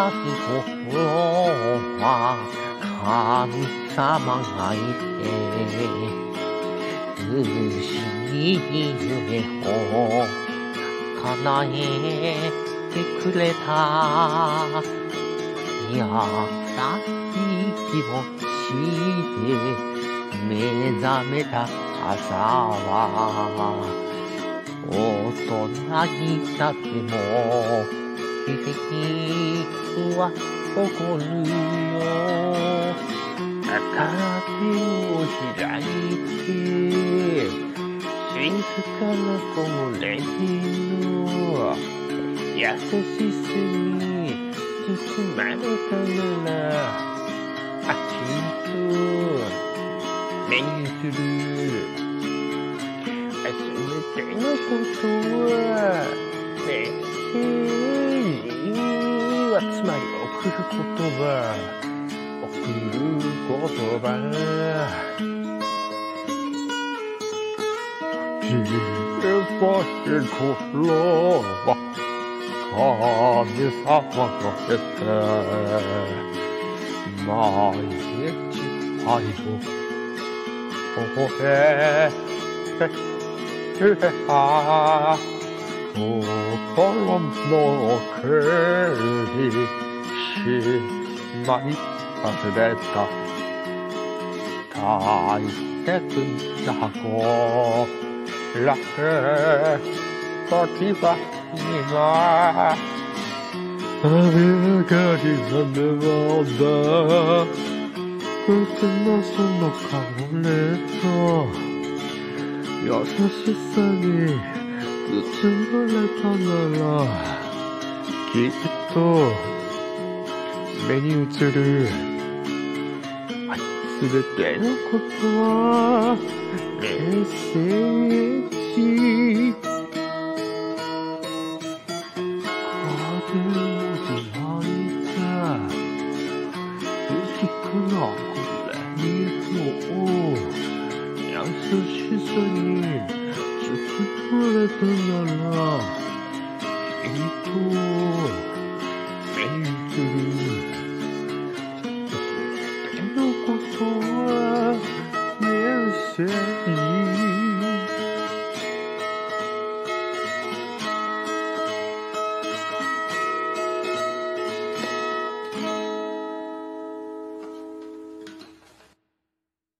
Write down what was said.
心は神様がいて苦しい夢を叶えてくれた優しい気持ちで目覚めた朝は大人になっても君は怒るよ片手を開いて静かな木漏れ日の優しさに包まれたならあきっと目に映る全てのことはメッセージはつまり送る言葉小さい頃は神様が出て毎日愛を微笑てくれた心の奥にしまい忘れた大切な箱らへ時は今雨がりざめもだクリスマスの香りと優しさに包まれたならきっと目に映るすべてのことはメッセージ風を開いた静かな水を優しさに包まれたならきっと目に映ることはメッセージ